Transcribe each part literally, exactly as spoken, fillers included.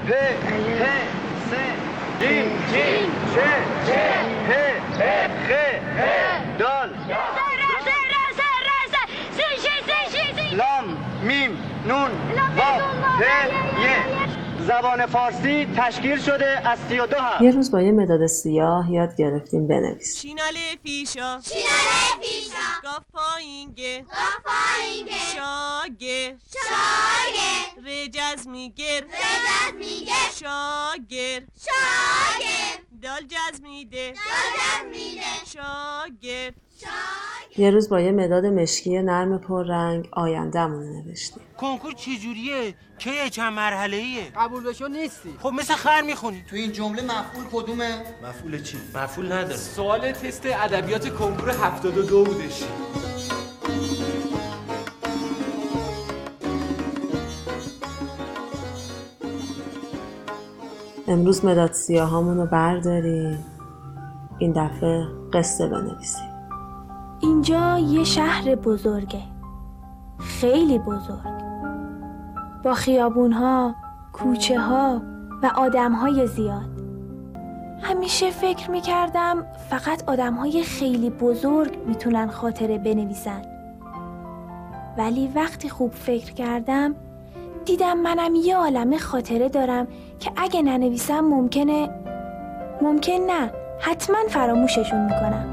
پ ه س جیم جیم ش ش ه خ دال لام میم نون واو ه ی. زبان فارسی تشکیل شده از سی و دو حرف. یه روز با یه مداد سیاه یاد گرفتیم بنویسیم. شیناله فیشا شیناله فیشا گاف پایینگه گاف پایینگه شاگه شاگه ر جزمیگر ر جزمیگر شاگر شاگر دال جزمیده دال جزمیده شاگر شاگر. یه روز با یه مداد مشکی نرم پررنگ آینده‌مون رو نوشتیم. کنکور چجوریه؟ کیه؟ چند مرحله‌ایه؟ قبول بشو نیستی. خب مثل خر میخونی. تو این جمله مفعول کدومه؟ مفعول چی؟ مفعول نداره. سوال تست ادبیات کنکور هفتاد و دو بودش. امروز مداد سیاهامون رو برداریم، این دفعه قصه بنویسیم. اینجا یه شهر بزرگه، خیلی بزرگ، با خیابونها، کوچه ها و آدم های زیاد. همیشه فکر میکردم فقط آدم های خیلی بزرگ میتونن خاطره بنویسن، ولی وقتی خوب فکر کردم دیدم منم یه عالمه خاطره دارم که اگه ننویسم ممکنه ممکن نه حتما فراموششون میکنم.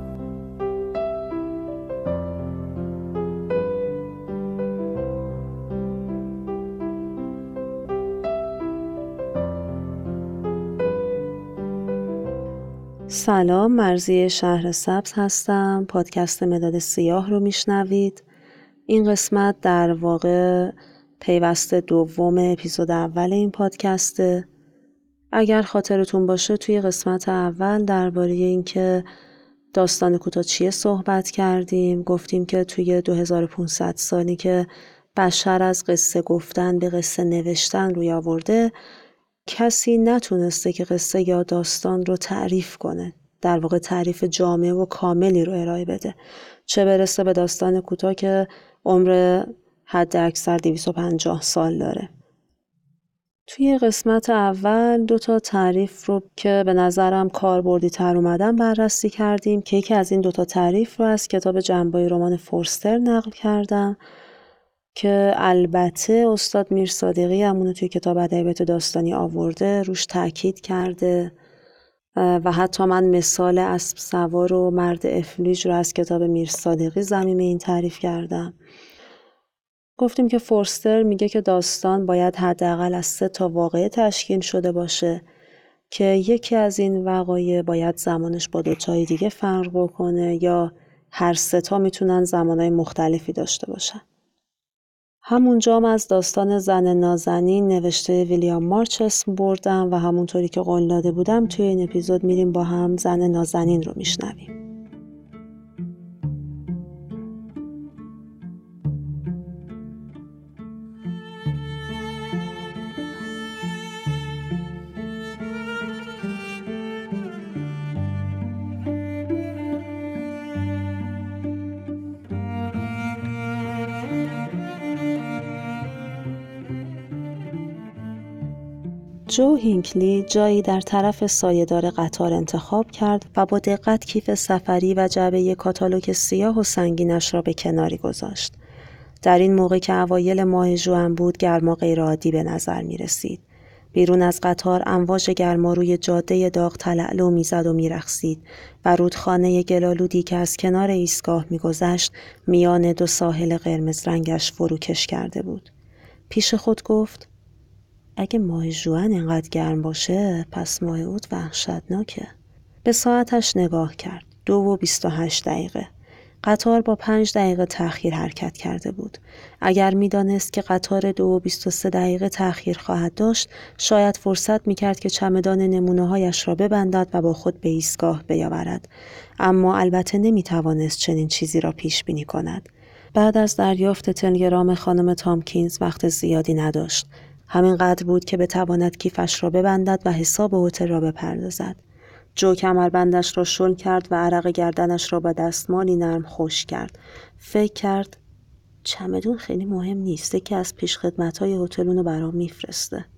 سلام، مرضیه شهر سبز هستم. پادکست مداد سیاه رو میشنوید. این قسمت در واقع پیوست دوم اپیزود اول این پادکسته. اگر خاطرتون باشه توی قسمت اول درباره این که داستان کوتاه چیه صحبت کردیم. گفتیم که توی دو هزار و پانصد سالی که بشر از قصه گفتن به قصه نوشتن روی آورده، کسی نتونسته که قصه یا داستان رو تعریف کنه، در واقع تعریف جامع و کاملی رو ارائه بده، چه برسه به داستان کوتاه که عمر حد اکثر دویست و پنجاه سال داره. توی قسمت اول دو تا تعریف رو که به نظرم کاربردی تر اومدن بررسی کردیم که یکی از این دو تا تعریف رو از کتاب جنبه‌های رمان فورستر نقل کردم که البته استاد میرصادقی همونو توی کتاب ادبیات داستانی آورده، روش تاکید کرده و حتی من مثال اسب سوار و مرد افلیج رو از کتاب میرصادقی ضمیم این تعریف کردم. گفتیم که فورستر میگه که داستان باید حداقل از سه تا واقعه تشکیل شده باشه که یکی از این وقایع باید زمانش با دوتای دیگه فرق بکنه یا هر سه تا میتونن زمانهای مختلفی داشته باشن. همونجا هم از داستان زن نازنین نوشته ویلیام مارچ اسم بردم و همونطوری که قول داده بودم توی این اپیزود میریم با هم زن نازنین رو میشنویم. جو هینکلی جایی در طرف سایه‌دار قطار انتخاب کرد و با دقت کیف سفری و جعبه کاتالوگ سیاه و سنگینش را به کناری گذاشت. در این موقع که اوایل ماه ژوئن بود، گرما غیرعادی به نظر می رسید. بیرون از قطار امواج گرما روی جاده داغ تلالو میزد و میرقصید و رودخانه گلالودی که از کنار ایستگاه میگذشت میان دو ساحل قرمز رنگش فروکش کرده بود. پیش خود گفت: اگه ماه ژوئن اینقدر گرم باشه، پس ماه اوت وحشتناکه. به ساعتش نگاه کرد. دو و بیست و هشت دقیقه. قطار با پنج دقیقه تأخیر حرکت کرده بود. اگر میدانست که قطار دو و بیست و سه دقیقه تأخیر خواهد داشت، شاید فرصت میکرد که چمدان نمونه‌هایش را ببندد و با خود به ایستگاه بیاورد. اما البته نمیتوانست چنین چیزی را پیش بینی کند. بعد از دریافت تلگرام خانم تامکینز وقت زیادی نداشت. همینقدر بود که بتواند کیفش را ببندد و حساب هتل را بپردازد. جو کمربندش را شل کرد و عرق گردنش را با دستمالی نرم خشک کرد. فکر کرد چمدون خیلی مهم نیست که از پیش خدمت‌های هتل اونو برام میفرسته.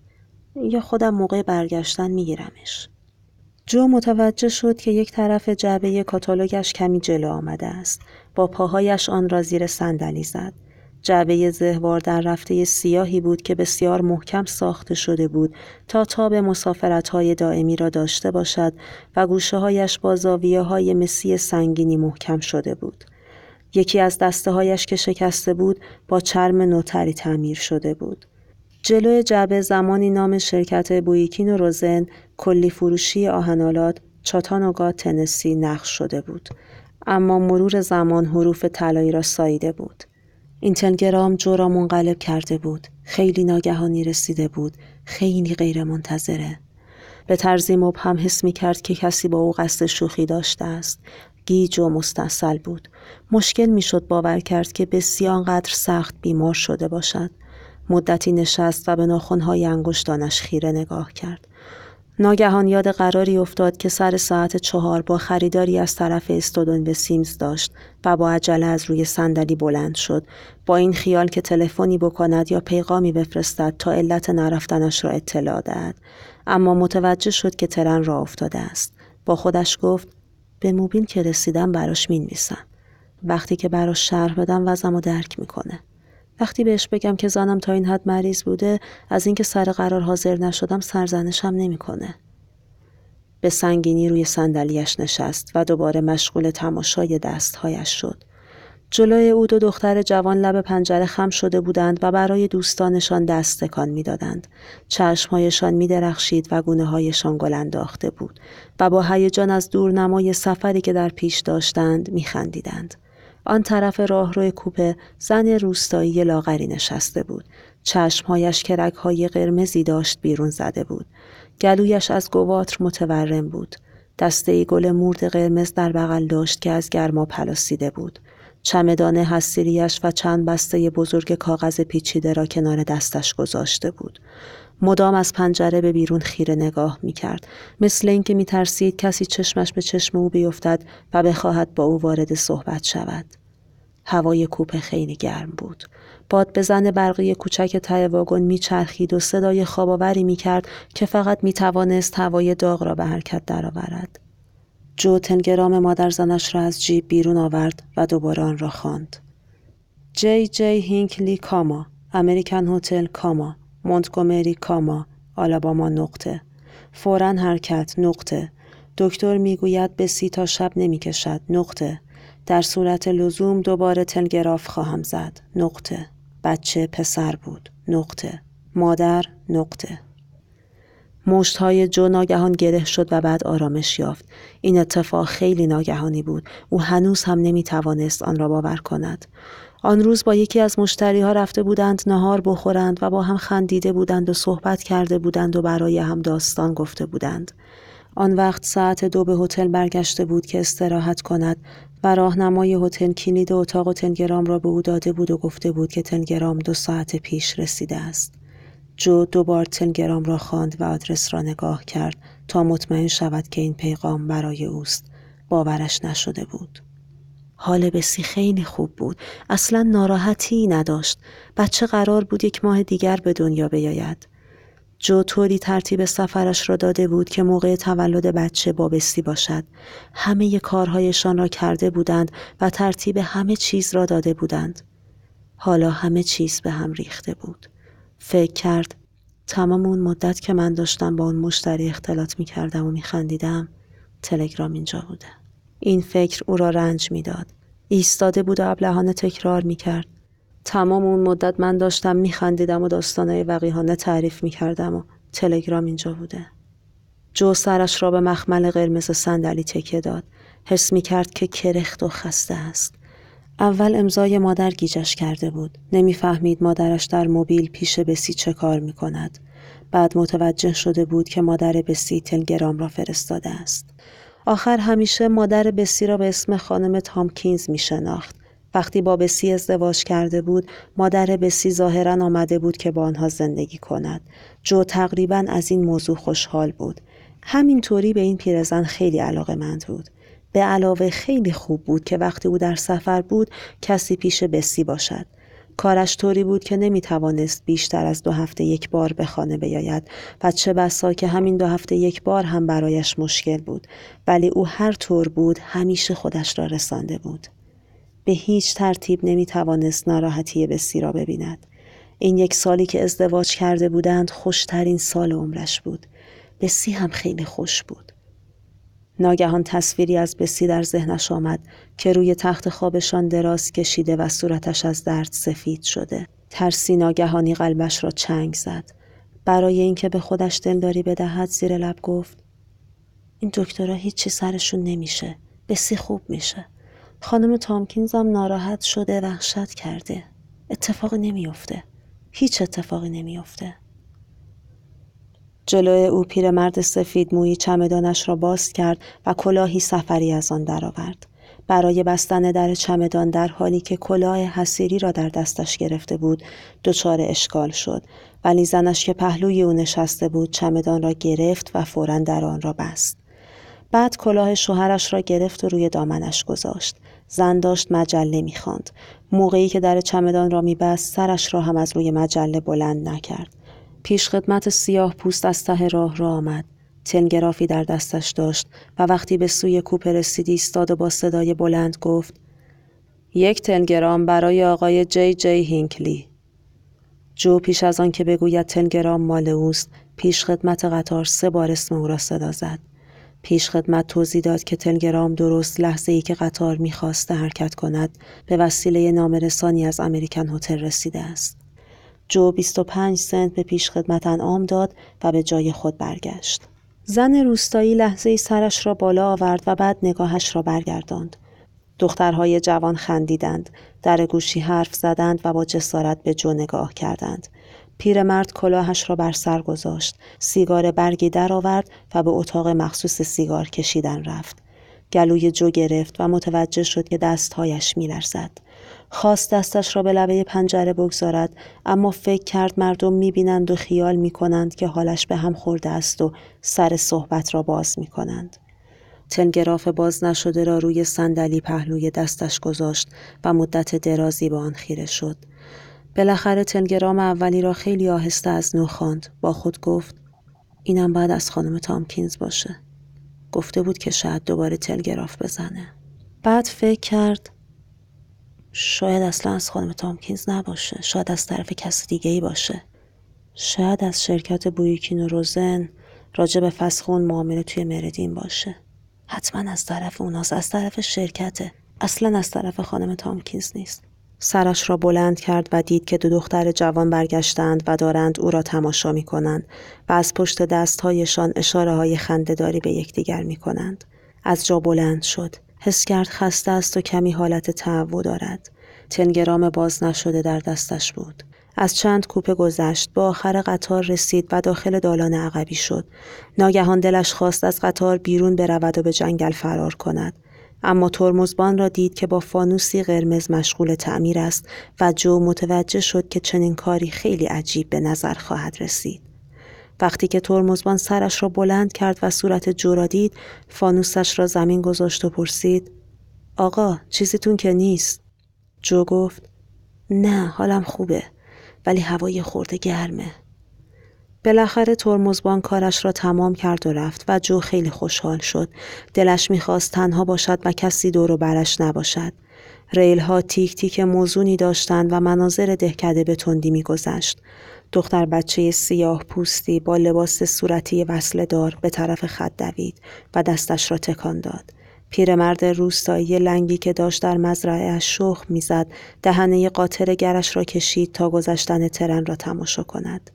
یا خودم موقع برگشتن میگیرمش. جو متوجه شد که یک طرف جعبه کاتالوگش کمی جلو آمده است. با پاهایش آن را زیر صندلی زد. جعبه زهوار در رفته سیاهی بود که بسیار محکم ساخته شده بود تا تاب مسافرت‌های دائمی را داشته باشد و گوشه‌هایش با زاویه‌های مسی سنگینی محکم شده بود. یکی از دسته‌هایش که شکسته بود با چرم نوتری تعمیر شده بود. جلوی جعبه زمانی نام شرکت بویکین و روزن کلی فروشی آهن‌آلات چاتانوگا تنسی نقش شده بود، اما مرور زمان حروف طلایی را ساییده بود. این تلگرام جو را منقلب کرده بود. خیلی ناگهانی رسیده بود. خیلی غیر منتظره. به طرزی مبهم حس می کرد که کسی با او قصد شوخی داشته است. گیج و مستعسل بود. مشکل می شد باور کرد که بسیار آنقدر سخت بیمار شده باشد. مدتی نشست و به ناخن‌های انگشتانش خیره نگاه کرد. ناگهان یاد قراری افتاد که سر ساعت چهار با خریداری از طرف استودون به سیمز داشت و با عجله از روی صندلی بلند شد، با این خیال که تلفنی بکند یا پیغامی بفرستد تا علت نرفتنش را اطلاع دهد. اما متوجه شد که ترن راه افتاده است. با خودش گفت به موبیل که رسیدم براش مینویسم. وقتی که براش شرح بدم وضعمو درک میکنه. وقتی بهش بگم که زنم تا این حد مریض بوده، از اینکه سر قرار حاضر نشدم سرزنشم نمیکنه. به سنگینی روی صندلیاش نشست و دوباره مشغول تماشای دستهایش شد. جلوی او دو دختر جوان لب پنجره خم شده بودند و برای دوستانشان دست تکان میدادند. چشمهایشان میدرخشید و گونه‌هایشان گل انداخته بود و با هیجان از دورنمای سفری که در پیش داشتند میخندیدند. آن طرف راهروی کوپه زن روستایی لاغری نشسته بود. چشمهایش که رگ‌های قرمزی داشت بیرون زده بود. گلویش از گواتر متورم بود. دسته‌ای گل مورد قرمز در بغل داشت که از گرما پلاسیده بود. چمدان حصیریش و چند بسته بزرگ کاغذ پیچیده را کنار دستش گذاشته بود. مدام از پنجره به بیرون خیره نگاه می‌کرد، مثل اینکه می‌ترسید کسی چشمش به چشم او بیفتد و بخواهد با او وارد صحبت شود. هوای کوپه خیلی گرم بود. باد بزن برقی کوچک ته واگن میچرخید و صدای خواب‌آوری می‌کرد که فقط می‌توانست هوای داغ را به حرکت درآورد. جو تلگرام مادر زنش را از جیب بیرون آورد و دوباره آن را خواند. جی جی هینکلی کاما، امریکن هتل کاما، مونتگومری کاما، آلاباما نقطه. فوراً حرکت نقطه. دکتر میگوید به سی تا شب نمی کشد نقطه. در صورت لزوم دوباره تلگراف خواهم زد نقطه. بچه پسر بود نقطه. مادر نقطه. مشت‌های جو ناگهان گره شد و بعد آرامش یافت. این اتفاق خیلی ناگهانی بود. او هنوز هم نمی‌توانست آن را باور کند. آن روز با یکی از مشتری‌ها رفته بودند نهار بخورند و با هم خندیده بودند و صحبت کرده بودند و برای هم داستان گفته بودند. آن وقت ساعت دو به هتل برگشته بود که استراحت کند و راهنمای هتل کلید اتاق و تلگرام را به او داده بود و گفته بود که تلگرام دو ساعت پیش رسیده است. جو دوبار تلگرام را خواند و آدرس را نگاه کرد تا مطمئن شود که این پیغام برای اوست. باورش نشده بود. حال بسی خیلی خوب بود. اصلا ناراحتی نداشت. بچه قرار بود یک ماه دیگر به دنیا بیاید. جو طوری ترتیب سفرش را داده بود که موقع تولد بچه با بسی باشد. همه کارهایشان را کرده بودند و ترتیب همه چیز را داده بودند. حالا همه چیز به هم ریخته بود. فکر کرد تمام اون مدت که من داشتم با اون مشتری اختلاط می کردم و می خندیدم تلگرام اینجا بوده. این فکر او را رنج می داد. ایستاده بود و ابلهانه تکرار می کرد. تمام اون مدت من داشتم می خندیدم و داستانهای وقیحانه تعریف می کردم و تلگرام اینجا بوده. جو سرش را به مخمل قرمز صندلی تکیه داد. حس می کرد که کرخت و خسته است. اول امضای مادر گیجش کرده بود. نمیفهمید مادرش در موبیل پیش بسی چه کار می کند. بعد متوجه شده بود که مادر بسی تلگرام را فرستاده است. آخر همیشه مادر بسی را به اسم خانم تامکینز می شناخت. وقتی با بسی ازدواج کرده بود، مادر بسی ظاهراً آمده بود که با آنها زندگی کند. جو تقریباً از این موضوع خوشحال بود. همینطوری به این پیرزن خیلی علاقه‌مند بود. به علاوه خیلی خوب بود که وقتی او در سفر بود کسی پیش بسی باشد. کارش طوری بود که نمیتوانست بیشتر از دو هفته یک بار به خانه بیاید و چه بسا که همین دو هفته یک بار هم برایش مشکل بود، ولی او هر طور بود همیشه خودش را رسانده بود. به هیچ ترتیب نمیتوانست ناراحتی بسی را ببیند. این یک سالی که ازدواج کرده بودند خوشترین سال عمرش بود. بسی هم خیلی خوش بود. ناگهان تصویری از بسی در ذهنش آمد که روی تخت خوابشان دراز کشیده و صورتش از درد سفید شده. ترسی ناگهانی قلبش را چنگ زد. برای اینکه به خودش دلداری بدهد زیر لب گفت: این دکترها هیچی سرشون نمیشه. بسی خوب میشه. خانم تامکینز هم ناراحت شده، وحشت کرده. اتفاقی نمیفته. هیچ اتفاقی نمیفته. جلوی او پیرمرد سفید مویی چمدانش را باز کرد و کلاهی سفری از آن درآورد. برای بستن در چمدان در حالی که کلاه حصیری را در دستش گرفته بود دچار اشکال شد، ولی زنش که پهلوی او نشسته بود چمدان را گرفت و فوراً در آن را بست. بعد کلاه شوهرش را گرفت و روی دامنش گذاشت. زن داشت مجله می‌خواند. موقعی که در چمدان را می‌بست سرش را هم از روی مجله بلند نکرد. پیش خدمت سیاه پوست از ته راه را آمد. تلگرافی در دستش داشت و وقتی به سوی کوپه رسید ایستاد و با صدای بلند گفت: یک تلگرام برای آقای جی جی هینکلی. جو پیش از آن که بگوید تلگرام مال اوست پیش خدمت قطار سه بار اسم او را صدا زد. پیش خدمت توضیح داد که تلگرام درست لحظه ای که قطار می‌خواست حرکت کند به وسیله نامه‌رسانی از امریکن هتل رسیده است. جو بیست و پنج سنت به پیش خدمت انعام داد و به جای خود برگشت. زن روستایی لحظه ای سرش را بالا آورد و بعد نگاهش را برگرداند. دخترهای جوان خندیدند، در گوشی حرف زدند و با جسارت به جو نگاه کردند. پیرمرد کلاهش را بر سر گذاشت، سیگار برگی در آورد و به اتاق مخصوص سیگار کشیدن رفت. گلوی جو گرفت و متوجه شد که دستهایش می‌لرزد. خواست دستش را به لبه پنجره بگذارد، اما فکر کرد مردم می‌بینند و خیال می‌کنند که حالش به هم خورده است و سر صحبت را باز می‌کنند. تلگراف باز نشده را روی صندلی پهلوی دستش گذاشت و مدت درازی به آن خیره شد. بالاخره تلگرام اولی را خیلی آهسته از نو خواند. با خود گفت: اینم باید از خانم تامکینز باشه. گفته بود که شاید دوباره تلگراف بزنه. بعد فکر کرد شاید اصلا از خانم تامکینز نباشه. شاید از طرف کس دیگه‌ای باشه. شاید از شرکت بویکین و روزن راجع به فسخ اون معامله توی مردین باشه. حتما از طرف اوناست، از طرف شرکته. اصلا از طرف خانم تامکینز نیست. سرش را بلند کرد و دید که دو دختر جوان برگشتند و دارند او را تماشا می کنند و از پشت دستهایشان اشاره های خنده‌داری به یکدیگر می کنند. از جا بلند شد. حس کرد خسته است و کمی حالت تهوع دارد. تلگرام باز نشده در دستش بود. از چند کوپه گذشت، به آخر قطار رسید و داخل دالان عقبی شد. ناگهان دلش خواست از قطار بیرون برود و به جنگل فرار کند. اما ترمزبان را دید که با فانوسی قرمز مشغول تعمیر است و جو متوجه شد که چنین کاری خیلی عجیب به نظر خواهد رسید. وقتی که ترمزبان سرش را بلند کرد و صورت جو را دید، فانوسش را زمین گذاشت و پرسید: آقا چیزیتون که نیست؟ جو گفت: نه حالم خوبه، ولی هوای خورده گرمه. بالاخره ترمزبان کارش را تمام کرد و رفت و جو خیلی خوشحال شد. دلش می‌خواست تنها باشد و کسی دور و برش نباشد. ریل‌ها تیک تیک موزونی داشتند و مناظر دهکده به تندی می‌گذشت. دختر بچه سیاه پوستی با لباس صورتی وصله دار به طرف خط دوید و دستش را تکان داد. پیرمرد روستایی لنگی که داشت در مزرعه‌اش شخم می‌زد، دهنه قاطر گرش را کشید تا گذشتن ترن را تماشا کند.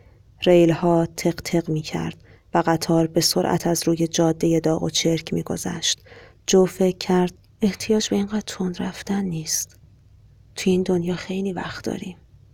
ریل‌ها تق تق می‌کرد و قطار به سرعت از روی جاده داغ و چرک می‌گذشت. جو فکر کرد احتیاج به اینقدر تند رفتن نیست. توی این دنیا خیلی وقت داریم.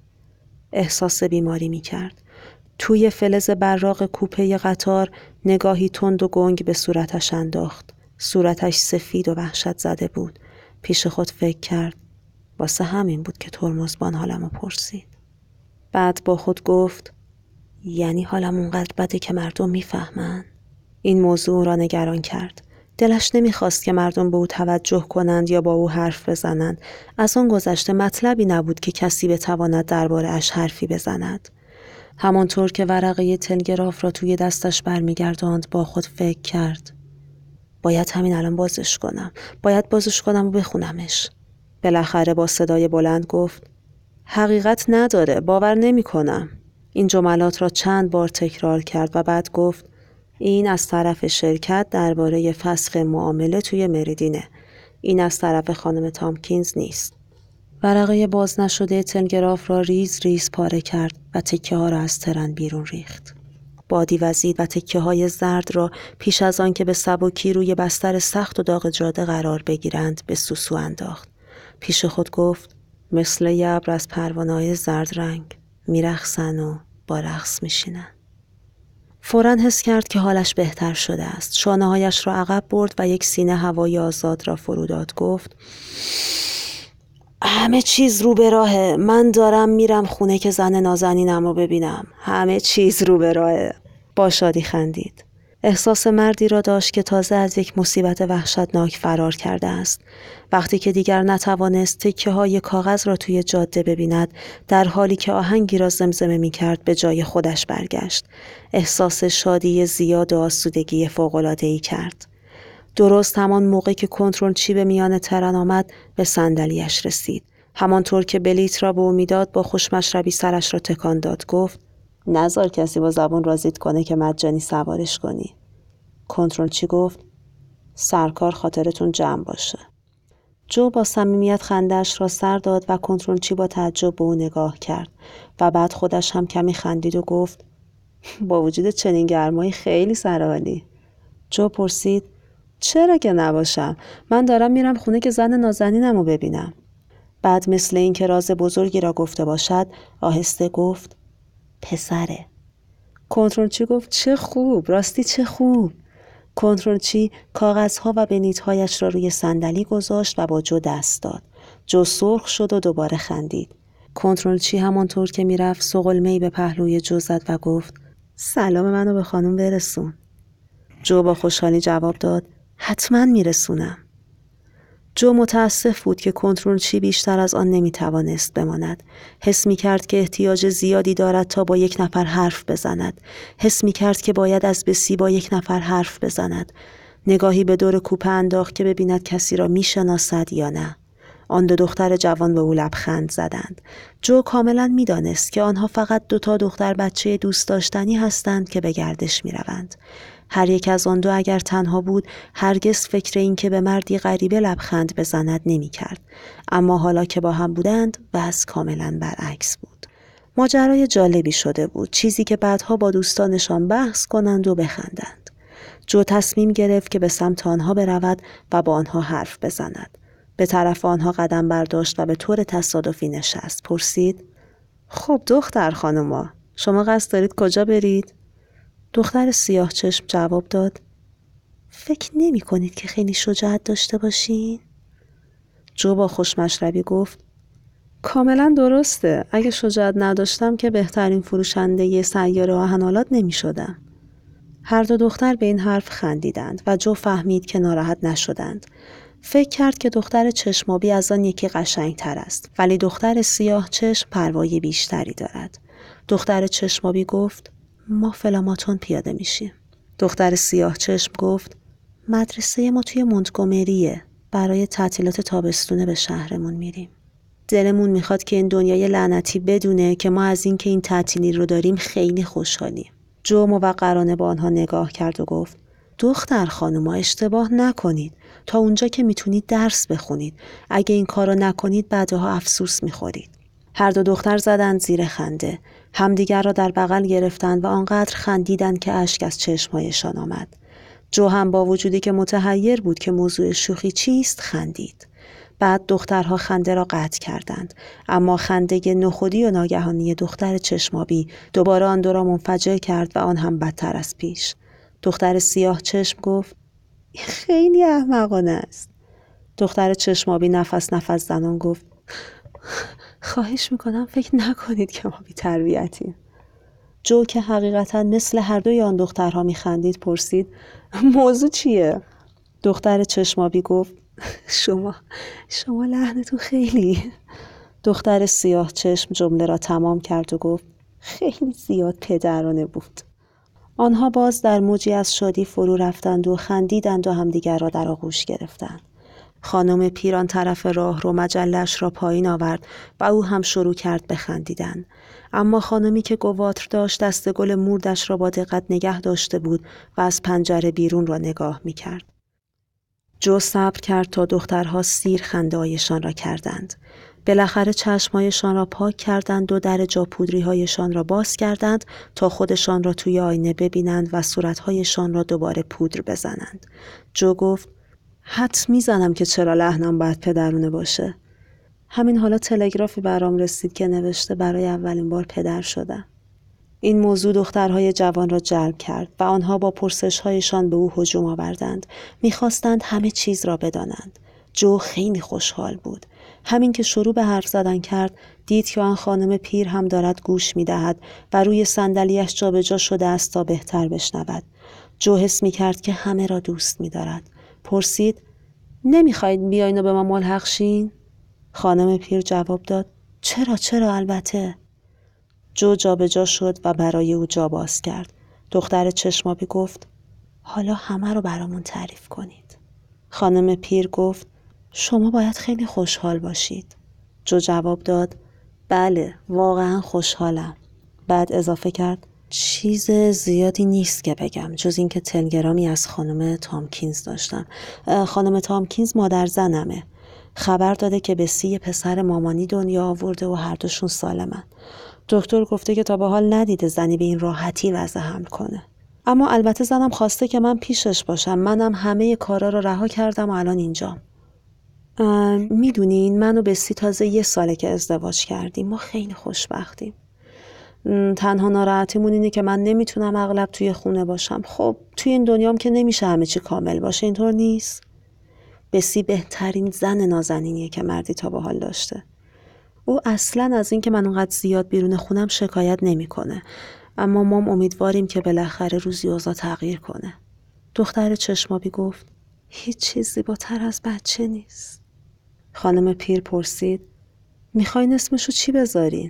احساس بیماری می‌کرد. توی فلز براق کوپه قطار نگاهی تند و گنگ به صورتش انداخت. صورتش سفید و وحشت زده بود. پیش خود فکر کرد واسه همین بود که ترمزبان حالمو پرسید. بعد با خود گفت یعنی حالم اونقدر بده که مردم میفهمن؟ این موضوع را نگران کرد. دلش نمیخواست که مردم به او توجه کنند یا با او حرف بزنند. از آن گذشته مطلبی نبود که کسی بتواند درباره اش حرفی بزند. همانطور که ورقه تلگراف را توی دستش برمیگرداند با خود فکر کرد. باید همین الان بازش کنم. باید بازش کنم و بخونمش. بالاخره با صدای بلند گفت: حقیقت نداره، باور نمی کنم. این جملات را چند بار تکرار کرد و بعد گفت: این از طرف شرکت درباره فسخ معامله توی مریدینه. این از طرف خانم تامکینز نیست. ورقه باز نشده تلگراف را ریز ریز پاره کرد و تکه ها را از ترن بیرون ریخت. بادی وزید و تکه های زرد را پیش از آن که به سبکی روی بستر سخت و داغ جاده قرار بگیرند به سوسو انداخت. پیش خود گفت: مثل یه ابر از پروانه‌های زرد رنگ میرقصن و با رقص میشینن. فوراً حس کرد که حالش بهتر شده است. شانه‌هایش را عقب برد و یک سینه هوای آزاد را فرو داد. گفت: همه چیز رو به راهه. من دارم میرم خونه که زن نازنینم رو ببینم. همه چیز رو به راهه. با شادی خندید. احساس مردی را داشت که تازه از یک مصیبت وحشتناک فرار کرده است. وقتی که دیگر نتوانست تکه های کاغذ را توی جاده ببیند، در حالی که آهنگی را زمزمه می کرد به جای خودش برگشت. احساس شادی زیاد و آسودگی فوق‌العاده‌ای کرد. درست همان موقع که کنترل چی به میان ترن آمد، به صندلیاش رسید. همانطور که بلیط را به او میداد، با خوشمشربی سرش را تکان داد. گفت: نذار کسی با زبون رازیت کنه که مجانی سوارش کنی. کنترل چی گفت: سرکار خاطرتون جمع باشه. جو با صمیمیت خنده‌اش را سر داد و کنترل چی با تعجب به او نگاه کرد و بعد خودش هم کمی خندید و گفت: با وجود چنین گرمایی خیلی سرحالی. جو پرسید: چرا که نباشم؟ من دارم میرم خونه که زن نازنینم رو ببینم. بعد مثل این که راز بزرگی را گفته باشد آهسته گفت: پسره. کنترل چی گفت: چه خوب، راستی چه خوب. کنترل چی کاغذها و بنیتهایش را روی صندلی گذاشت و با جو دست داد. جو سرخ شد و دوباره خندید. کنترل چی همانطور که میرفت سغلمه‌ای به پهلوی جو زد و گفت: سلام منو به خانم برسون. جو با خوشحالی جواب داد: حتما میرسونم. جو متاسف بود که کنترل چی بیشتر از آن نمیتوانست بماند. حس میکرد که احتیاج زیادی دارد تا با یک نفر حرف بزند. حس میکرد که باید از بسی با یک نفر حرف بزند. نگاهی به دور کوپه انداخت که ببیند کسی را میشناسد یا نه. آن دو دختر جوان به او لبخند زدند. جو کاملا میدانست که آنها فقط دو تا دختر بچه دوست داشتنی هستند که به گردش میروند. هر یک از آن دو اگر تنها بود هرگز فکر این که به مردی غریبه لبخند بزند نمی کرد. اما حالا که با هم بودند وضع کاملا برعکس بود. ماجرای جالبی شده بود، چیزی که بعدها با دوستانشان بحث کنند و بخندند. جو تصمیم گرفت که به سمت آنها برود و با آنها حرف بزند. به طرف آنها قدم برداشت و به طور تصادفی نشست. پرسید: خب دختر خانوما، شما قصد دارید کجا برید؟ دختر سیاه چشم جواب داد: فکر نمی کنید که خیلی شجاعت داشته باشین؟ جو با خوشمشربی گفت: کاملا درسته. اگه شجاعت نداشتم که بهترین فروشنده ی سیاره آهن‌آلات نمی شدم. هر دو دختر به این حرف خندیدند و جو فهمید که ناراحت نشدند. فکر کرد که دختر چشمابی از آن یکی قشنگ تر است، ولی دختر سیاه چشم پروای بیشتری دارد. دختر چشمابی گفت: ما فلاماتون پیاده میشیم. دختر سیاه چشم گفت: مدرسه ما توی مونتگومریه. برای تعطیلات تابستونه به شهرمون میریم. دلمون میخواد که این دنیای لعنتی بدونه که ما از این که این تعطیلی رو داریم خیلی خوشحالیم. جو موقرانه با آنها نگاه کرد و گفت: دختر خانوما اشتباه نکنید. تا اونجا که میتونید درس بخونید. اگه این کارو نکنید بعدها افسوس میخورید. هر دو دختر زدند زیر خنده. همدیگر را در بغل گرفتند و آنقدر خندیدند که اشک از چشمهایشان آمد. جو هم با وجودی که متحیر بود که موضوع شوخی چیست خندید. بعد دخترها خنده را قطع کردند، اما خنده نخودی و ناگهانی دختر چشمابی دوباره آن دو را منفجر کرد و آن هم بدتر از پیش. دختر سیاه چشم گفت: خیلی احمقانه است. دختر چشمابی نفس نفس زنان گفت: خواهش میکنم فکر نکنید که ما بی تربیتیم. جو که حقیقتا مثل هر دوی آن دخترها میخندید پرسید: موضوع چیه؟ دختر چشمابی گفت شما شما لحنتون خیلی. دختر سیاه چشم جمله را تمام کرد و گفت خیلی زیاد پدرانه بود. آنها باز در موجی از شادی فرو رفتند و خندیدند و همدیگر را در آغوش گرفتند. خانم پیران طرف راه رو مجلش را پایین آورد و او هم شروع کرد بخندیدن. اما خانمی که گواتر داشت دست گل موردش را با دقت نگه داشته بود و از پنجره بیرون را نگاه می کرد. جو صبر کرد تا دخترها سیر خنده‌هایشان را کردند. بالاخره چشمهایشان را پاک کردند و در جاپودری هایشان را باز کردند تا خودشان را توی آینه ببینند و صورتهایشان را دوباره پودر بزنند. جو گفت حدس میزنم که چرا لحنم باید پدرونه باشه. همین حالا تلگرافی برام رسید که نوشته برای اولین بار پدر شدم. این موضوع دخترهای جوان را جلب کرد و آنها با پرسش‌هایشان به او هجوم آوردند. می‌خواستند همه چیز را بدانند. جو خیلی خوشحال بود. همین که شروع به حرف زدن کرد، دید که آن خانم پیر هم دارد گوش می‌دهد و روی صندلی‌اش جابجا شده است تا بهتر بشنود. جو حس می‌کرد که همه را دوست می‌دارد. پرسید نمی‌خواید بیاین و به ما ملحق شین؟ خانم پیر جواب داد چرا چرا البته. جو جابجا شد و برای او جا باز کرد. دختر چشمابی گفت حالا همه رو برامون تعریف کنید. خانم پیر گفت شما باید خیلی خوشحال باشید. جو جواب داد بله واقعا خوشحالم. بعد اضافه کرد چیز زیادی نیست که بگم جز اینکه تلگرامی از خانم تامکینز داشتم. خانم تامکینز مادر زنمه. خبر داده که بسی پسر مامانی دنیا آورده و هر دوشون سالمن. دکتر گفته که تا به حال ندیده زنی به این راحتی وضع حمل کنه. اما البته زنم خواسته که من پیشش باشم. منم همه کارا رو رها کردم و الان اینجام. میدونین من و بسی تازه یه ساله که ازدواج کردیم. ما خیلی خوشبختیم. تنها ناراحتیمون اینه که من نمیتونم اغلب توی خونه باشم. خب توی این دنیام که نمیشه همه چی کامل باشه، اینطور نیست؟ بسی بهترین زن نازنینیه که مردی تا به حال داشته. او اصلا از این که من اونقدر زیاد بیرون خونم شکایت نمیکنه. اما ما امیدواریم که بالاخره روزی اوضاع تغییر کنه. دختر چشمابی گفت هیچ چیز زیباتر از بچه نیست. خانم پیر پرسید میخواین اسمشو چی بذارین؟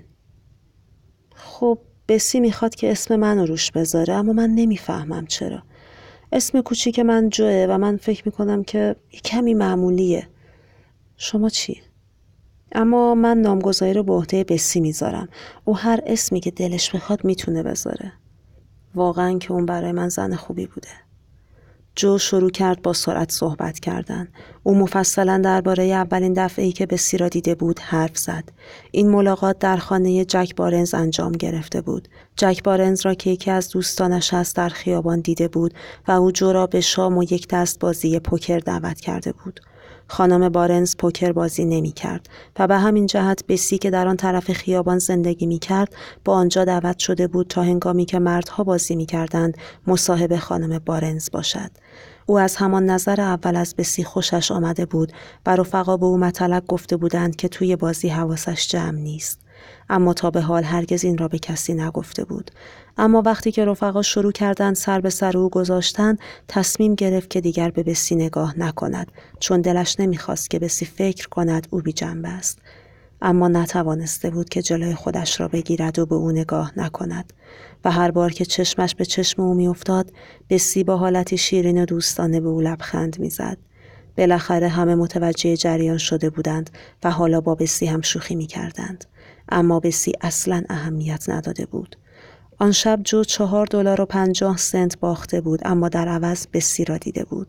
خب بسی میخواد که اسم منو روش بذاره اما من نمیفهمم چرا. اسم کوچیک من جوه و من فکر میکنم که کمی معمولیه. شما چی؟ اما من نامگذاری رو به عهده بسی میذارم. او هر اسمی که دلش میخواد میتونه بذاره. واقعا که اون برای من زن خوبی بوده. جو شروع کرد با سرعت صحبت کردن. او مفصلا درباره اولین دفعه‌ای که بسی را دیده بود حرف زد. این ملاقات در خانه جک بارنز انجام گرفته بود. جک بارنز را که یکی از دوستانش هست در خیابان دیده بود و او جو را به شام و یک دست بازی پوکر دعوت کرده بود. خانم بارنز پوکر بازی نمی کرد و به همین جهت بسی که در آن طرف خیابان زندگی می کرد با آنجا دعوت شده بود تا هنگامی که مردها بازی می کردند مصاحب خانم بارنز باشد. او از همان نظر اول از بسی خوشش آمده بود و رفقا به او مطلق گفته بودند که توی بازی حواسش جمع نیست. اما تا به حال هرگز این را به کسی نگفته بود. اما وقتی که رفقا شروع کردند سر به سر او گذاشتن، تصمیم گرفت که دیگر به بسی نگاه نکند، چون دلش نمیخواست که بسی فکر کند او بی جنبه است. اما نتوانسته بود که جلوی خودش را بگیرد و به او نگاه نکند و هر بار که چشمش به چشم او میافتاد، بسی با حالتی شیرین و دوستانه به او لبخند میزد. بالاخره همه متوجه جریان شده بودند و حالا با بسی هم شوخی میکردند. اما بسی اصلاً اهمیت نداده بود. آن شب جو چهار دلار و پنجاه سنت باخته بود اما در عوض بسی را دیده بود.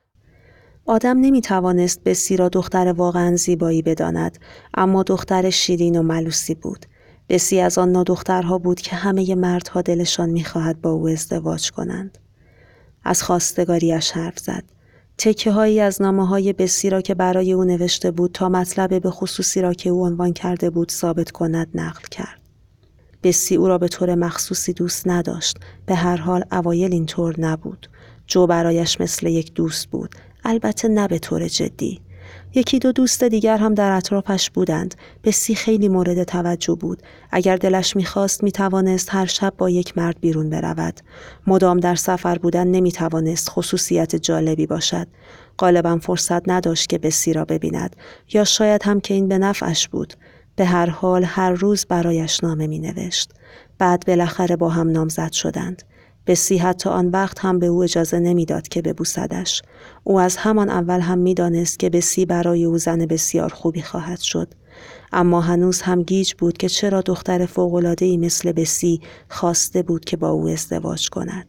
آدم نمیتوانست بسی را دختر واقعاً زیبایی بداند، اما دختر شیرین و ملوسی بود. بسی از آن نوع دخترها بود که همه مردها دلشان میخواهد با او ازدواج کنند. از خواستگاریش حرف زد. تکه هایی از نامه های بسی را که برای او نوشته بود تا مطلب به خصوصی را که او عنوان کرده بود ثابت کند نقل کرد. بسی او را به طور مخصوصی دوست نداشت. به هر حال اوایل اینطور نبود. جو برایش مثل یک دوست بود، البته نه به طور جدی. یکی دو دوست دیگر هم در اطرافش بودند. بسی خیلی مورد توجه بود. اگر دلش می‌خواست می‌توانست هر شب با یک مرد بیرون برود. مدام در سفر بودن نمی‌توانست خصوصیت جالبی باشد. غالباً فرصت نداشت که بسی را ببیند، یا شاید هم که این به نفعش بود. به هر حال هر روز برایش نامه می‌نوشت. بعد بالاخره با هم نامزد شدند. بسی حتی آن وقت هم به او اجازه نمیداد که ببوسدش. او از همان اول هم میدانست که بسی برای او زن بسیار خوبی خواهد شد. اما هنوز هم گیج بود که چرا دختر فوق‌العاده‌ای مثل بسی خواسته بود که با او ازدواج کند.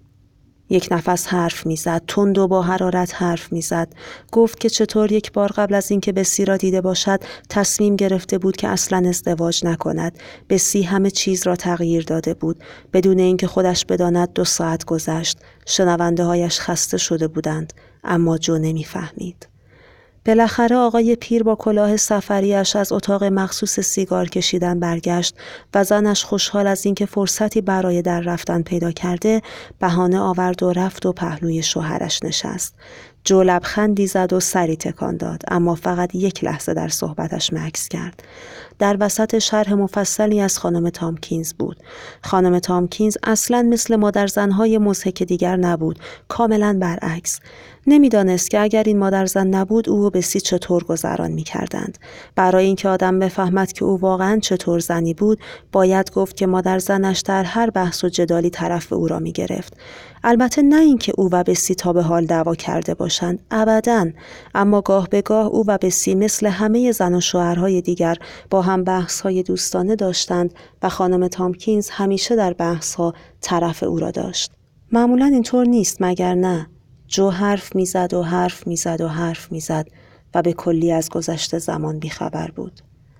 یک نفس حرف میزد، تند و با حرارت حرف میزد. گفت که چطور یک بار قبل از اینکه بسی را دیده باشد تصمیم گرفته بود که اصلاً ازدواج نکند. بسی همه چیز را تغییر داده بود. بدون اینکه خودش بداند دو ساعت گذشت. شنونده هایش خسته شده بودند، اما جو نمیفهمید. بالاخره آقای پیر با کلاه سفریش از اتاق مخصوص سیگار کشیدن برگشت و زنش خوشحال از اینکه فرصتی برای در رفتن پیدا کرده بهانه آورد و رفت و پهلوی شوهرش نشست. جو لبخندی زد و سری تکان داد، اما فقط یک لحظه در صحبتش مکث کرد. در وسط شرح مفصلی از خانم تامکینز بود. خانم تامکینز اصلاً مثل مادرزنهای مضحک دیگر نبود، کاملاً برعکس. نمیدانست که اگر این مادرزن نبود او و بسی چطور گذران می‌کردند. برای اینکه آدم بفهمد که او واقعاً چطور زنی بود، باید گفت که مادرزنش در هر بحث و جدالی طرف او را می‌گرفت. البته نه اینکه او و بسی تا به حال دعوا کرده باشند، ابداً، اما گاه به گاه او و بسی مثل همه زن و شوهرهای دیگر با هم بحث‌های دوستانه داشتند و خانم تامکینز همیشه در بحث‌ها طرف او را داشت. معمولاً اینطور نیست مگر نه؟ جو حرف میزد و حرف میزد و حرف میزد و به کلی از گذشته زمان بیخبر بود.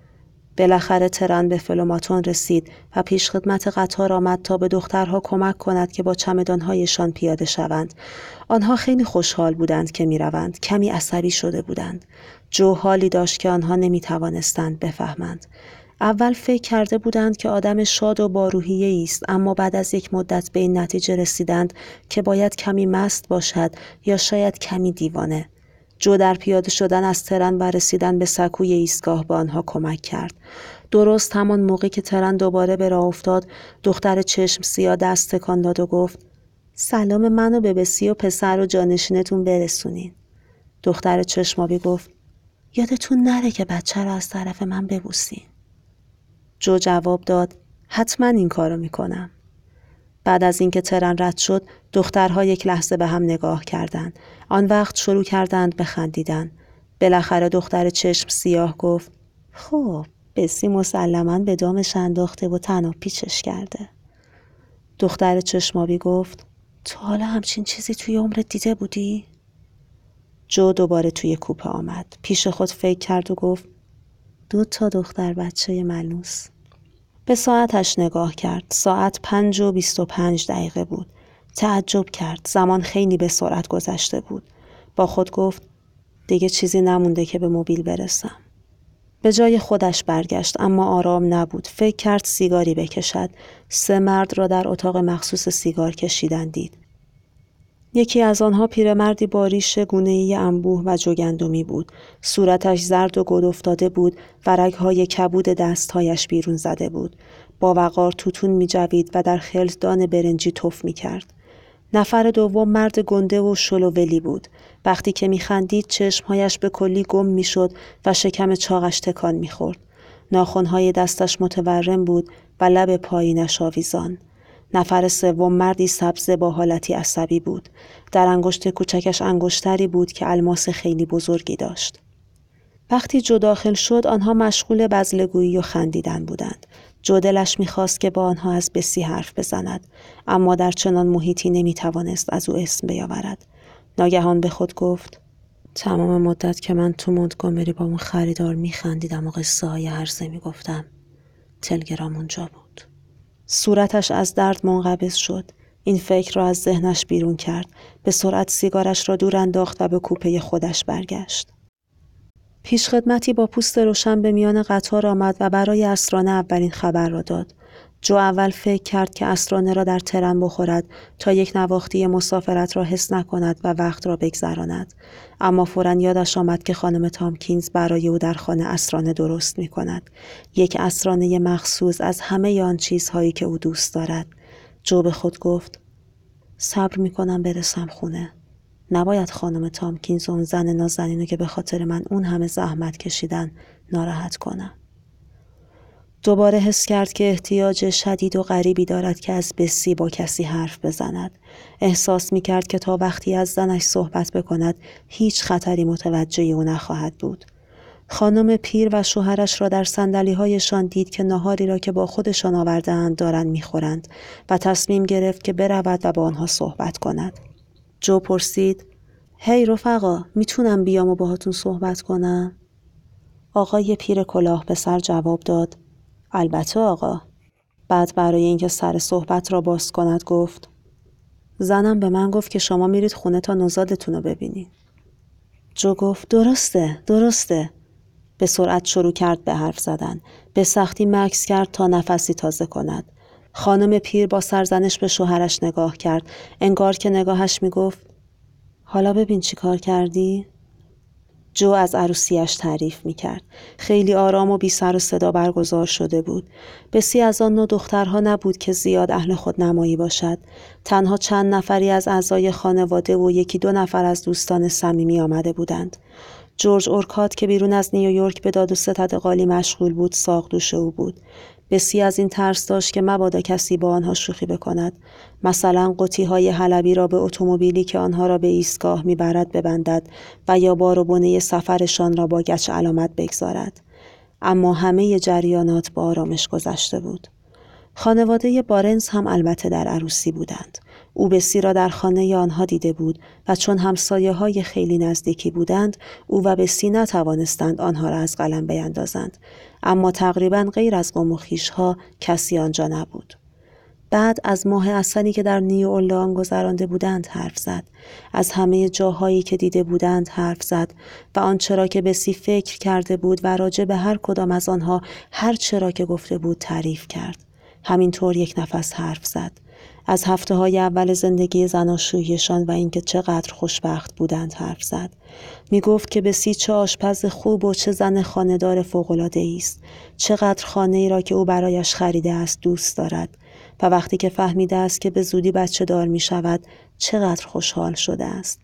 بالاخره ترن به فلوماتون رسید و پیش خدمت قطار آمد تا به دخترها کمک کند که با چمدانهایشان پیاده شوند. آنها خیلی خوشحال بودند که می روند. کمی عصبی شده بودند. جو حالی داشت که آنها نمی توانستند بفهمند. اول فکر کرده بودند که آدم شاد و با روحیه‌ای است، اما بعد از یک مدت به این نتیجه رسیدند که باید کمی مست باشد یا شاید کمی دیوانه. جو در پیاده شدن از ترن و رسیدن به سکوی ایستگاه به آنها کمک کرد. درست همان موقع که ترن دوباره به راه افتاد، دختر چشم سیاه دست تکان داد و گفت: سلام منو به بسی و پسر و جانشینتون برسونین. دختر چشمابی گفت: یادتون نره که بچه را از طرف من ببوسین. جو جواب داد: حتما این کارو میکنم. بعد از اینکه ترن رد شد، دخترها یک لحظه به هم نگاه کردند. آن وقت شروع کردند به خندیدن. بالاخره دختر چشم سیاه گفت: خب بسی مسلماً به دامش انداخته و تناب پیچش کرده. دختر چشمابی گفت: تو حالا همچین چیزی توی عمرت دیده بودی؟ جو دوباره توی کوپه آمد. پیش خود فکر کرد و گفت: دو تا دختر بچه ملوس. به ساعتش نگاه کرد. ساعت پنج و بیست و پنج دقیقه بود. تعجب کرد. زمان خیلی به سرعت گذشته بود. با خود گفت: دیگه چیزی نمونده که به موبیل برسم. به جای خودش برگشت، اما آرام نبود. فکر کرد سیگاری بکشد. سه مرد را در اتاق مخصوص سیگار کشیدن دید. یکی از آنها پیرمردی با ریش گونه‌ای انبوه و جوگندمی بود. صورتش زرد و گود افتاده بود و رگ‌های کبود دست‌هایش بیرون زده بود. با وقار توتون می‌جوید و در خلطدان برنجی تف می‌کرد. نفر دوم مرد گنده و شلوولی بود. وقتی که می‌خندید چشم‌هایش به کلی گم می‌شد و شکم چاقش تکان می‌خورد. ناخن‌های دستش متورم بود و لب پایینش آویزان. نفر سوم مردی سبزه با حالتی عصبی بود. در انگشت کوچکش انگشتری بود که الماس خیلی بزرگی داشت. وقتی جو داخل شد آنها مشغول بزلگویی و خندیدن بودند. جو دلش می‌خواست که با آنها از بسی حرف بزند، اما در چنان محیطی نمی‌توانست از او اسم بیاورد. ناگهان به خود گفت: تمام مدت که من تو مونتگومری با اون خریدار می‌خندیدم و قصه های هرزه می‌گفتم، تلگرام اونجا بود. صورتش از درد منقبض شد. این فکر را از ذهنش بیرون کرد. به سرعت سیگارش را دور انداخت و به کوپه خودش برگشت. پیشخدمتی با پوست روشن به میان قطار آمد و برای اسرانه اولین خبر را داد. جو اول فکر کرد که اسرانه را در ترن بخورد تا یک نواختی مسافرت را حس نکند و وقت را بگذراند. اما فوراً یادش آمد که خانم تامکینز برای او در خانه اسرانه درست می کند. یک اسرانه مخصوص از همه آن چیزهایی که او دوست دارد. جو به خود گفت صبر می کنم برسم خونه. نباید خانم تامکینز و اون زن نازنینو که به خاطر من اون همه زحمت کشیدن ناراحت کنم. دوباره حس کرد که احتیاج شدید و غریبی دارد که از بسی با کسی حرف بزند. احساس می کرد که تا وقتی از زنش صحبت بکند هیچ خطری متوجه او نخواهد بود. خانم پیر و شوهرش را در صندلی‌هایشان دید که ناهاری را که با خودشان آورده‌اند دارند می‌خورند و تصمیم گرفت که برود و با آنها صحبت کند. جو پرسید: هی رفقا، میتونم بیام و باهاتون صحبت کنم؟ آقای پیر کلاه به سر جواب داد: البته آقا. بعد برای اینکه سر صحبت را باز کند گفت: زنم به من گفت که شما میرید خونه تا نوزادتون رو ببینید. جو گفت: درسته، درسته. به سرعت شروع کرد به حرف زدن. به سختی مکث کرد تا نفسی تازه کند. خانم پیر با سرزنش به شوهرش نگاه کرد، انگار که نگاهش میگفت: حالا ببین چی کار کردی؟ جو از عروسیش تعریف میکرد. خیلی آرام و بی سر و صدا برگزار شده بود. بسی از آن نوع دخترها نبود که زیاد اهل خود نمایی باشد. تنها چند نفری از اعضای خانواده و یکی دو نفر از دوستان صمیمی آمده بودند. جورج اورکات که بیرون از نیویورک به داد و ستد قالی مشغول بود ساقدوش او بود. بسی از این ترس داشت که مبادا کسی با آنها شوخی بکند، مثلا قوطی‌های حلبی را به اتومبیلی که آنها را به ایستگاه میبرد ببندد و یا بار و بنه سفرشان را با گچ علامت بگذارد. اما همه جریانات با آرامش گذشته بود. خانواده بارنز هم البته در عروسی بودند. او بسی را در خانه آنها دیده بود و چون همسایه‌های خیلی نزدیکی بودند، او و بسی نتوانستند آنها را از قلم بیندازند. اما تقریباً غیر از قوم و خویش‌ها کسی آنجا نبود. بعد از ماه عسلی که در نیو اورلئان گذرانده بودند حرف زد. از همه جاهایی که دیده بودند حرف زد و آنچه را که بسی فکر کرده بود و راجع به هر کدام از آنها هر چرا که گفته بود تعریف کرد. همینطور یک نفس حرف زد. از هفته های اول زندگی زناشوییشان و اینکه چقدر خوشبخت بودند حرف زد. می گفت که بسی چه آشپز خوب و چه زن خانه‌دار فوق‌العاده‌ای است. چقدر خانه ای را که او برایش خریده است دوست دارد و وقتی که فهمیده است که به زودی بچه دار می شود چقدر خوشحال شده است.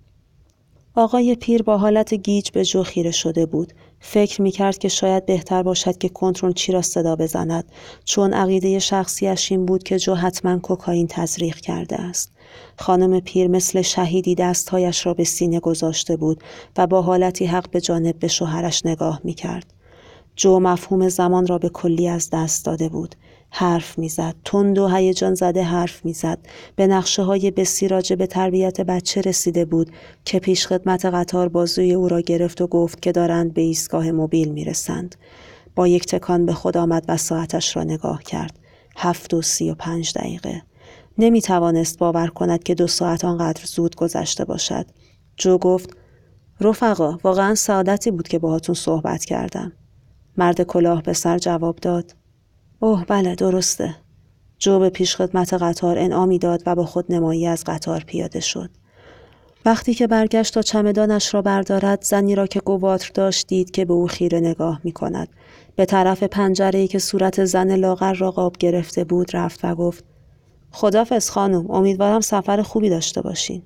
آقای پیر با حالت گیج به جو خیره شده بود. فکر می‌کرد که شاید بهتر باشد که کنترل چی را صدا بزند، چون عقیده شخصیش این بود که جو حتما کوکائین تزریق کرده است. خانم پیر مثل شهیدی دستهایش را به سینه گذاشته بود و با حالتی حق به جانب به شوهرش نگاه می‌کرد. جو مفهوم زمان را به کلی از دست داده بود. حرف میزد، تند و هیجان زده حرف میزد. به نقشه های بسی راجع به تربیت بچه رسیده بود که پیش خدمت قطار بازوی او را گرفت و گفت که دارند به ایستگاه موبیل میرسند. با یک تکان به خود آمد و ساعتش را نگاه کرد. هفت و سی و پنج دقیقه. نمی توانست باور کند که دو ساعت آنقدر زود گذشته باشد. جو گفت: رفقا، واقعا سعادتی بود که باهاتون صحبت کردم. مرد کلاه به سر جواب داد: اوه بله درسته. جو به پیش خدمت قطار انعامی داد و با خود نمایی از قطار پیاده شد. وقتی که برگشت تا چمدانش را بردارد، زنی را که گواتر داشت دید که به او خیره نگاه می کند. به طرف پنجره‌ای که صورت زن لاغر را قاب گرفته بود رفت و گفت: خداحافظ خانم، امیدوارم سفر خوبی داشته باشین.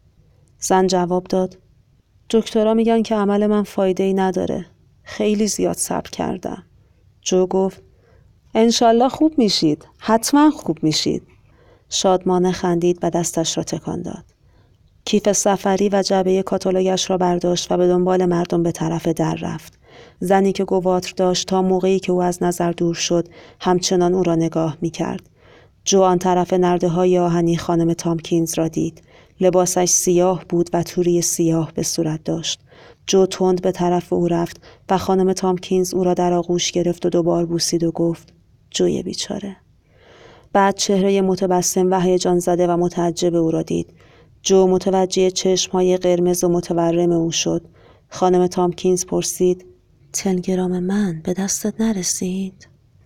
زن جواب داد: دکترها میگن که عمل من فایده‌ای نداره. خیلی زیاد صبر کردم. جو گفت: انشالله خوب میشید. حتما خوب میشید. شادمانه خندید و دستش را تکان داد. کیف سفری و جعبه کاتالوگش را برداشت و به دنبال مردم به طرف در رفت. زنی که گواتر داشت تا موقعی که او از نظر دور شد همچنان او را نگاه میکرد. جو آن طرف نرده های آهنی خانم تامکینز را دید. لباسش سیاه بود و توری سیاه به صورت داشت. جو تند به طرف او رفت و خانم تامکینز او را در آغوش گرفت و دوبار بوسید و گفت: جوی بیچاره. بعد چهره متبسم و هیجان زده و متعجب او را دید. جو متوجه چشمهای قرمز و متورم او شد. خانم تامکینز پرسید: تلگرام من به دستت نرسید؟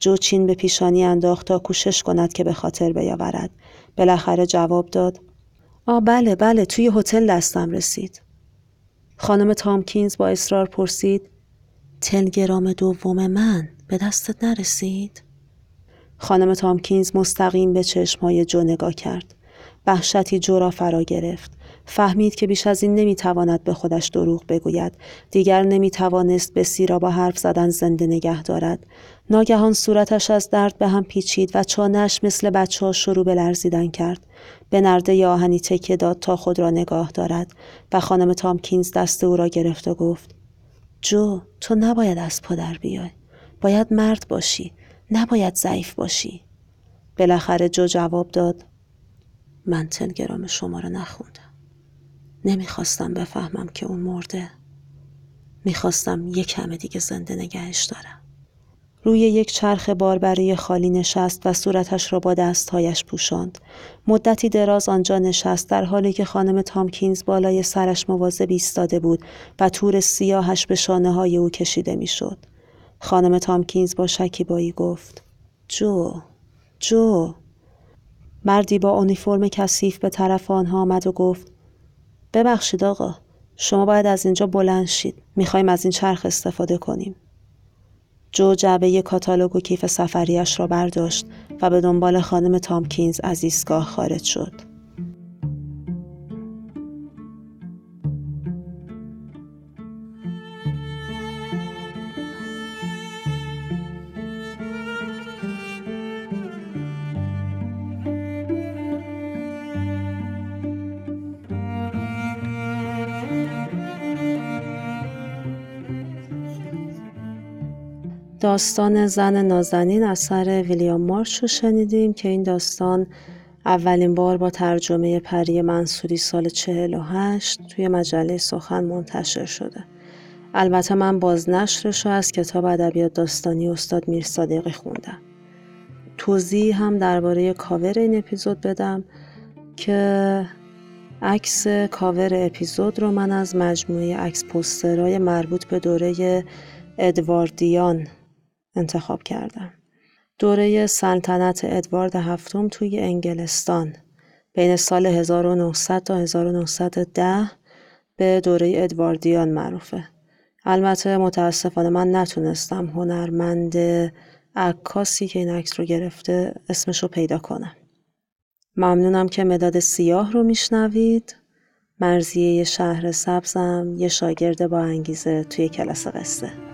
جو چین به پیشانی انداخت تا کوشش کند که به خاطر بیاورد. بالاخره جواب داد: آ بله بله توی هتل دستم رسید. خانم تامکینز با اصرار پرسید: تلگرام دوم من به دستت نرسید؟ خانم تامکینز مستقیم به چشمهای جو نگاه کرد. وحشتی جو را فرا گرفت. فهمید که بیش از این نمیتواند به خودش دروغ بگوید. دیگر نمیتوانست بسی را با حرف زدن زنده نگه دارد. ناگهان صورتش از درد به هم پیچید و چانه‌اش مثل بچه ها شروع به لرزیدن کرد. به نرده آهنی تکیه داد تا خود را نگاه دارد و خانم تامکینز دست او را گرفت و گفت: جو، تو نباید از پدر بیای. باید مرد باشی. نباید ضعیف باشی. بالاخره جو جواب داد: من تلگرام شما را نخوندم. نمیخواستم بفهمم که اون مرده. میخواستم یک کم دیگه زنده نگهش دارم. روی یک چرخ باربری خالی نشست و صورتش را با دستهایش پوشاند. مدتی دراز آنجا نشست در حالی که خانم تامکینز بالای سرش مواظب ایستاده بود و تور سیاهش به شانه های او کشیده میشد. خانم تامکینز با شکیبایی گفت: جو، جو. مردی با اونیفرم کثیف به طرف آنها آمد و گفت: ببخشید آقا، شما باید از اینجا بلند شید. میخوایم از این چرخ استفاده کنیم. جو جعبه کاتالوگ و کیف سفریش را برداشت و به دنبال خانم تامکینز از ایستگاه خارج شد. داستان زن نازنین اثر ویلیام مارش رو شنیدیم که این داستان اولین بار با ترجمه پری منصوری سال چهل و هشت توی مجله سخن منتشر شده. البته من بازنشرش رو از کتاب ادبیات داستانی استاد میر صادقی خوندم. توضیح هم درباره کاور این اپیزود بدم که عکس کاور اپیزود رو من از مجموعه عکس پوسترهای مربوط به دوره ادواردیان انتخاب کردم. دوره سلطنت ادوارد هفتم توی انگلستان بین سال هزار و نهصد تا هزار و نهصد و ده به دوره ادواردیان معروفه. البته متاسفانه من نتونستم هنرمند عکاسی که این عکس رو گرفته اسمش رو پیدا کنم. ممنونم که مداد سیاه رو میشنوید. مرضیه شهر سبزم، یه شاگرد با انگیزه توی کلاس قصه.